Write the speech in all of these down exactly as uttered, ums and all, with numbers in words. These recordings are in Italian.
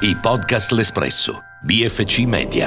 I podcast L'Espresso, B F C Media.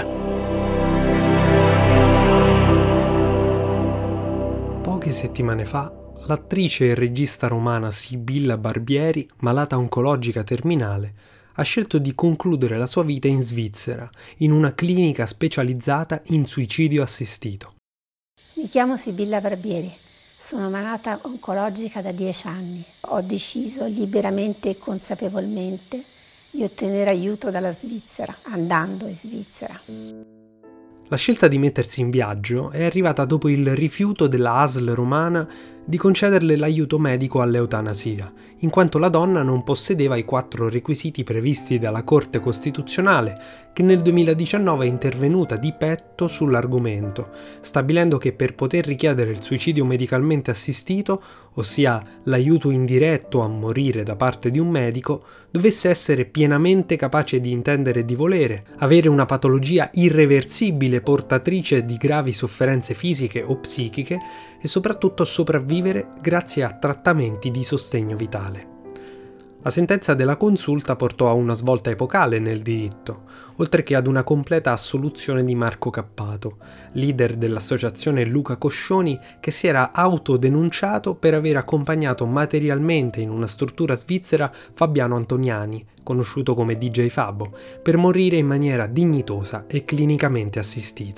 Poche settimane fa, l'attrice e regista romana Sibilla Barbieri, malata oncologica terminale, ha scelto di concludere la sua vita in Svizzera, in una clinica specializzata in suicidio assistito. Mi chiamo Sibilla Barbieri, sono malata oncologica da dieci anni. Ho deciso liberamente e consapevolmente di ottenere aiuto dalla Svizzera, andando in Svizzera. La scelta di mettersi in viaggio è arrivata dopo il rifiuto della A S L romana di concederle l'aiuto medico all'eutanasia, in quanto la donna non possedeva i quattro requisiti previsti dalla Corte Costituzionale, che nel duemiladiciannove è intervenuta di petto sull'argomento, stabilendo che per poter richiedere il suicidio medicalmente assistito, ossia l'aiuto indiretto a morire da parte di un medico, dovesse essere pienamente capace di intendere e di volere, avere una patologia irreversibile portatrice di gravi sofferenze fisiche o psichiche e soprattutto sopravvivere grazie a trattamenti di sostegno vitale. La sentenza della consulta portò a una svolta epocale nel diritto, oltre che ad una completa assoluzione di Marco Cappato, leader dell'associazione Luca Coscioni, che si era autodenunciato per aver accompagnato materialmente in una struttura svizzera Fabiano Antoniani, conosciuto come D J Fabo, per morire in maniera dignitosa e clinicamente assistita.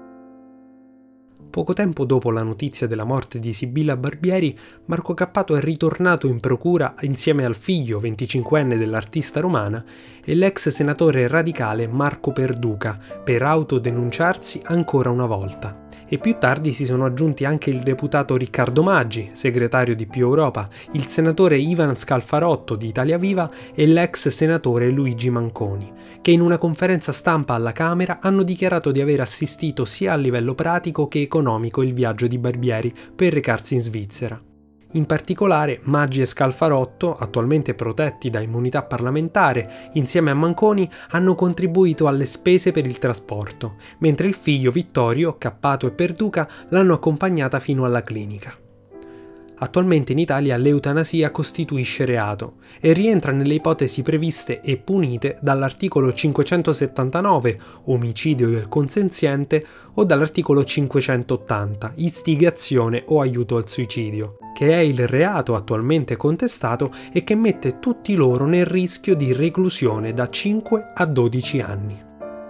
Poco tempo dopo la notizia della morte di Sibilla Barbieri, Marco Cappato è ritornato in procura insieme al figlio venticinquenne dell'artista romana e l'ex senatore radicale Marco Perduca per autodenunciarsi ancora una volta. E più tardi si sono aggiunti anche il deputato Riccardo Maggi, segretario di Più Europa, il senatore Ivan Scalfarotto di Italia Viva e l'ex senatore Luigi Manconi, che in una conferenza stampa alla Camera hanno dichiarato di aver assistito sia a livello pratico che economico il viaggio di Barbieri per recarsi in Svizzera. In particolare, Maggi e Scalfarotto, attualmente protetti da immunità parlamentare, insieme a Manconi, hanno contribuito alle spese per il trasporto, mentre il figlio Vittorio, Cappato e Perduca l'hanno accompagnata fino alla clinica. Attualmente in Italia l'eutanasia costituisce reato e rientra nelle ipotesi previste e punite dall'articolo cinquecentosettantanove, omicidio del consenziente, o dall'articolo cinquecentottanta, istigazione o aiuto al suicidio, che è il reato attualmente contestato e che mette tutti loro nel rischio di reclusione da cinque a dodici anni.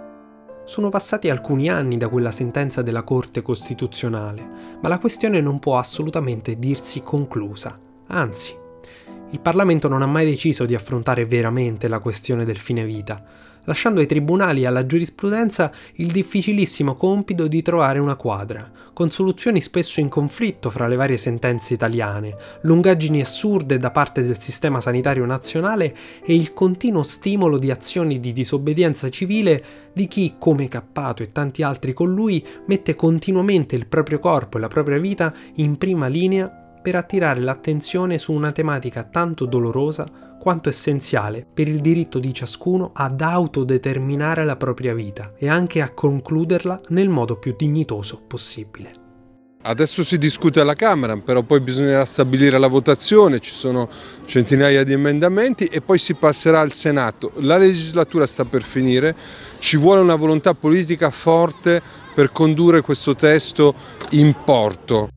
Sono passati alcuni anni da quella sentenza della Corte Costituzionale, ma la questione non può assolutamente dirsi conclusa. Anzi, il Parlamento non ha mai deciso di affrontare veramente la questione del fine vita, lasciando ai tribunali e alla giurisprudenza il difficilissimo compito di trovare una quadra, con soluzioni spesso in conflitto fra le varie sentenze italiane, lungaggini assurde da parte del sistema sanitario nazionale e il continuo stimolo di azioni di disobbedienza civile di chi, come Cappato e tanti altri con lui, mette continuamente il proprio corpo e la propria vita in prima linea per attirare l'attenzione su una tematica tanto dolorosa quanto essenziale per il diritto di ciascuno ad autodeterminare la propria vita e anche a concluderla nel modo più dignitoso possibile. Adesso si discute alla Camera, però poi bisognerà stabilire la votazione, ci sono centinaia di emendamenti e poi si passerà al Senato. La legislatura sta per finire, ci vuole una volontà politica forte per condurre questo testo in porto.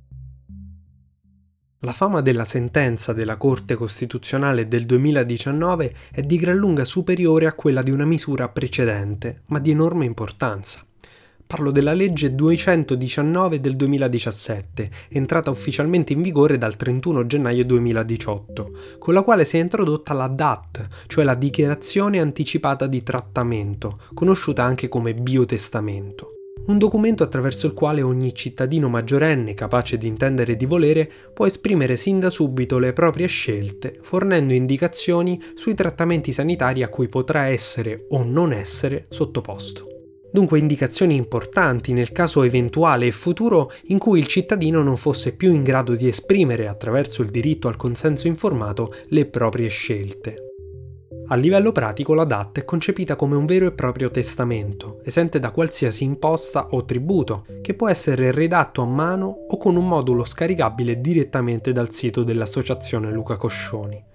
La fama della sentenza della Corte Costituzionale del duemiladiciannove è di gran lunga superiore a quella di una misura precedente, ma di enorme importanza. Parlo della legge duecentodiciannove del duemiladiciassette, entrata ufficialmente in vigore dal trentuno gennaio duemiladiciotto, con la quale si è introdotta la D A T, cioè la dichiarazione anticipata di trattamento, conosciuta anche come biotestamento. Un documento attraverso il quale ogni cittadino maggiorenne capace di intendere e di volere può esprimere sin da subito le proprie scelte, fornendo indicazioni sui trattamenti sanitari a cui potrà essere o non essere sottoposto. Dunque indicazioni importanti nel caso eventuale e futuro in cui il cittadino non fosse più in grado di esprimere attraverso il diritto al consenso informato le proprie scelte. A livello pratico la D A T è concepita come un vero e proprio testamento, esente da qualsiasi imposta o tributo, che può essere redatto a mano o con un modulo scaricabile direttamente dal sito dell'associazione Luca Coscioni.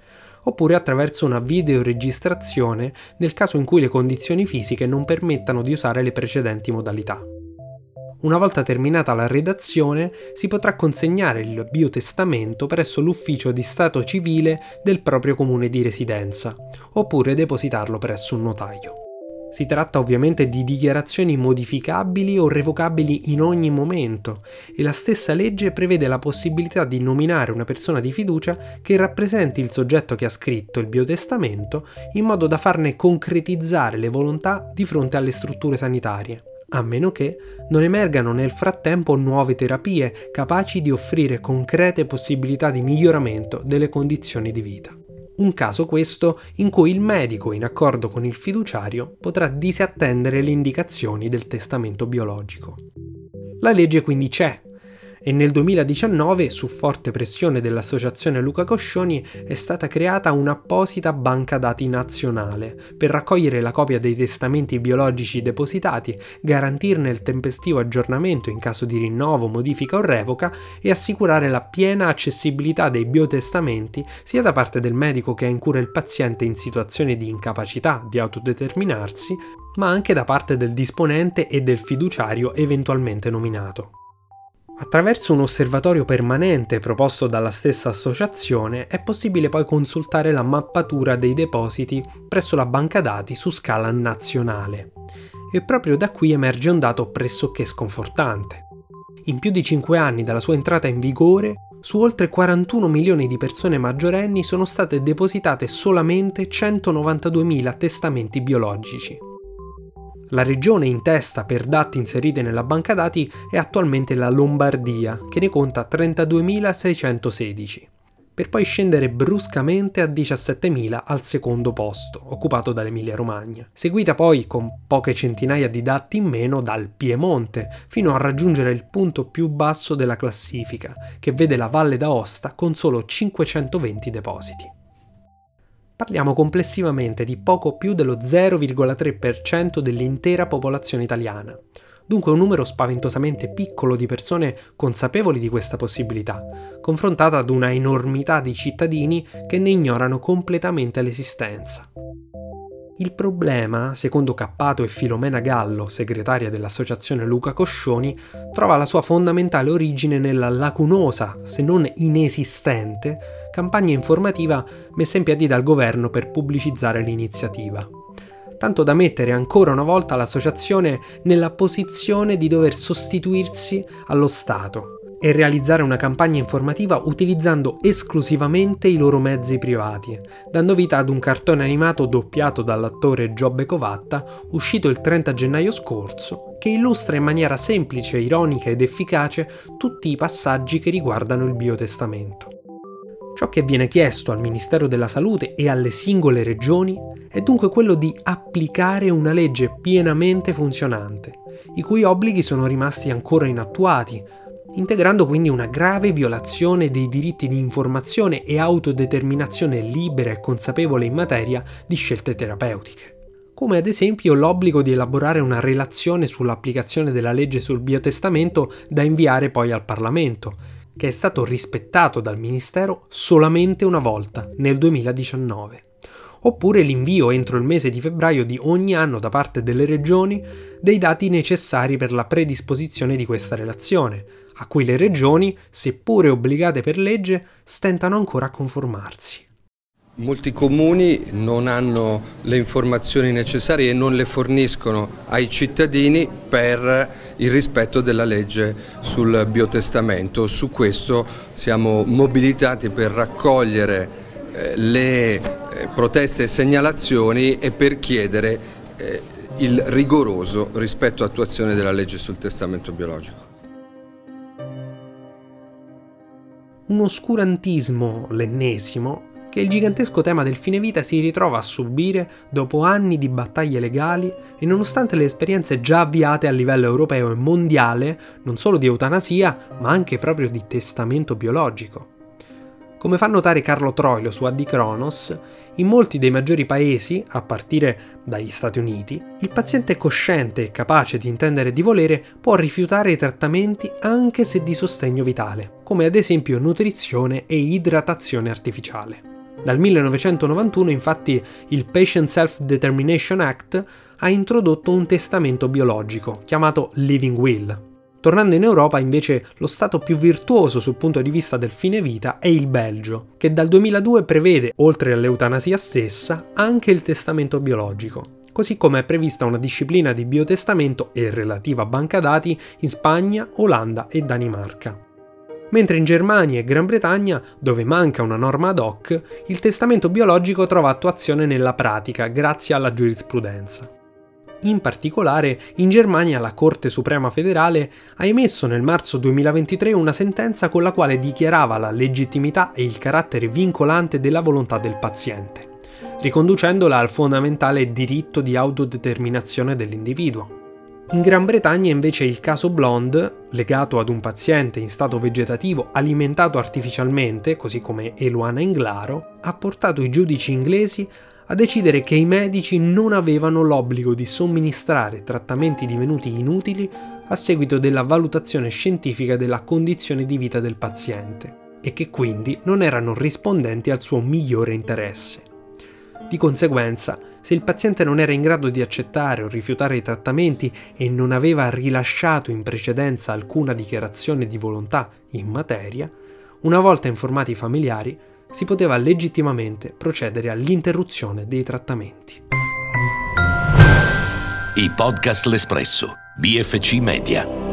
oppure attraverso una videoregistrazione nel caso in cui le condizioni fisiche non permettano di usare le precedenti modalità. Una volta terminata la redazione, si potrà consegnare il biotestamento presso l'ufficio di stato civile del proprio comune di residenza, oppure depositarlo presso un notaio. Si tratta ovviamente di dichiarazioni modificabili o revocabili in ogni momento e la stessa legge prevede la possibilità di nominare una persona di fiducia che rappresenti il soggetto che ha scritto il biotestamento in modo da farne concretizzare le volontà di fronte alle strutture sanitarie, a meno che non emergano nel frattempo nuove terapie capaci di offrire concrete possibilità di miglioramento delle condizioni di vita. Un caso questo in cui il medico, in accordo con il fiduciario, potrà disattendere le indicazioni del testamento biologico. La legge quindi c'è e nel duemiladiciannove, su forte pressione dell'Associazione Luca Coscioni, è stata creata un'apposita banca dati nazionale per raccogliere la copia dei testamenti biologici depositati, garantirne il tempestivo aggiornamento in caso di rinnovo, modifica o revoca e assicurare la piena accessibilità dei biotestamenti sia da parte del medico che ha in cura il paziente in situazione di incapacità di autodeterminarsi, ma anche da parte del disponente e del fiduciario eventualmente nominato. Attraverso un osservatorio permanente proposto dalla stessa associazione è possibile poi consultare la mappatura dei depositi presso la banca dati su scala nazionale. E proprio da qui emerge un dato pressoché sconfortante. In più di cinque anni dalla sua entrata in vigore, su oltre quarantuno milioni di persone maggiorenni sono state depositate solamente centonovantaduemila testamenti biologici. La regione in testa per dati inserite nella banca dati è attualmente la Lombardia, che ne conta trentaduemilaseicentosedici, per poi scendere bruscamente a diciassettemila al secondo posto, occupato dall'Emilia-Romagna, seguita poi con poche centinaia di dati in meno dal Piemonte, fino a raggiungere il punto più basso della classifica, che vede la Valle d'Aosta con solo cinquecentoventi depositi. Parliamo complessivamente di poco più dello zero virgola tre per cento dell'intera popolazione italiana, dunque un numero spaventosamente piccolo di persone consapevoli di questa possibilità, confrontata ad una enormità di cittadini che ne ignorano completamente l'esistenza. Il problema, secondo Cappato e Filomena Gallo, segretaria dell'Associazione Luca Coscioni, trova la sua fondamentale origine nella lacunosa, se non inesistente, campagna informativa messa in piedi dal governo per pubblicizzare l'iniziativa. Tanto da mettere ancora una volta l'associazione nella posizione di dover sostituirsi allo Stato e realizzare una campagna informativa utilizzando esclusivamente i loro mezzi privati, dando vita ad un cartone animato doppiato dall'attore Giobbe Covatta, uscito il trenta gennaio scorso, che illustra in maniera semplice, ironica ed efficace tutti i passaggi che riguardano il biotestamento. Ciò che viene chiesto al Ministero della Salute e alle singole regioni è dunque quello di applicare una legge pienamente funzionante, i cui obblighi sono rimasti ancora inattuati, integrando quindi una grave violazione dei diritti di informazione e autodeterminazione libera e consapevole in materia di scelte terapeutiche, come ad esempio l'obbligo di elaborare una relazione sull'applicazione della legge sul biotestamento da inviare poi al Parlamento, che è stato rispettato dal Ministero solamente una volta, nel duemiladiciannove. Oppure l'invio entro il mese di febbraio di ogni anno da parte delle regioni dei dati necessari per la predisposizione di questa relazione, a cui le regioni, seppure obbligate per legge, stentano ancora a conformarsi. Molti comuni non hanno le informazioni necessarie e non le forniscono ai cittadini per il rispetto della legge sul biotestamento. Su questo siamo mobilitati per raccogliere eh, le eh, proteste e segnalazioni e per chiedere eh, il rigoroso rispetto e attuazione della legge sul testamento biologico. Un oscurantismo, l'ennesimo, che il gigantesco tema del fine vita si ritrova a subire dopo anni di battaglie legali e nonostante le esperienze già avviate a livello europeo e mondiale, non solo di eutanasia, ma anche proprio di testamento biologico. Come fa notare Carlo Troilo su Addicronos, in molti dei maggiori paesi, a partire dagli Stati Uniti, il paziente cosciente e capace di intendere e di volere può rifiutare i trattamenti anche se di sostegno vitale, come ad esempio nutrizione e idratazione artificiale. Dal millenovecentonovantuno, infatti, il Patient Self-Determination Act ha introdotto un testamento biologico, chiamato Living Will. Tornando in Europa, invece, lo stato più virtuoso sul punto di vista del fine vita è il Belgio, che dal duemiladue prevede, oltre all'eutanasia stessa, anche il testamento biologico, così come è prevista una disciplina di biotestamento e relativa banca dati in Spagna, Olanda e Danimarca. Mentre in Germania e Gran Bretagna, dove manca una norma ad hoc, il testamento biologico trova attuazione nella pratica grazie alla giurisprudenza. In particolare, in Germania la Corte Suprema Federale ha emesso nel marzo duemilaventitré una sentenza con la quale dichiarava la legittimità e il carattere vincolante della volontà del paziente, riconducendola al fondamentale diritto di autodeterminazione dell'individuo. In Gran Bretagna invece il caso Blonde, legato ad un paziente in stato vegetativo alimentato artificialmente, così come Eluana Englaro, ha portato i giudici inglesi a decidere che i medici non avevano l'obbligo di somministrare trattamenti divenuti inutili a seguito della valutazione scientifica della condizione di vita del paziente e che quindi non erano rispondenti al suo migliore interesse. Di conseguenza, se il paziente non era in grado di accettare o rifiutare i trattamenti e non aveva rilasciato in precedenza alcuna dichiarazione di volontà in materia, una volta informati i familiari, si poteva legittimamente procedere all'interruzione dei trattamenti. I podcast L'Espresso, B F C Media.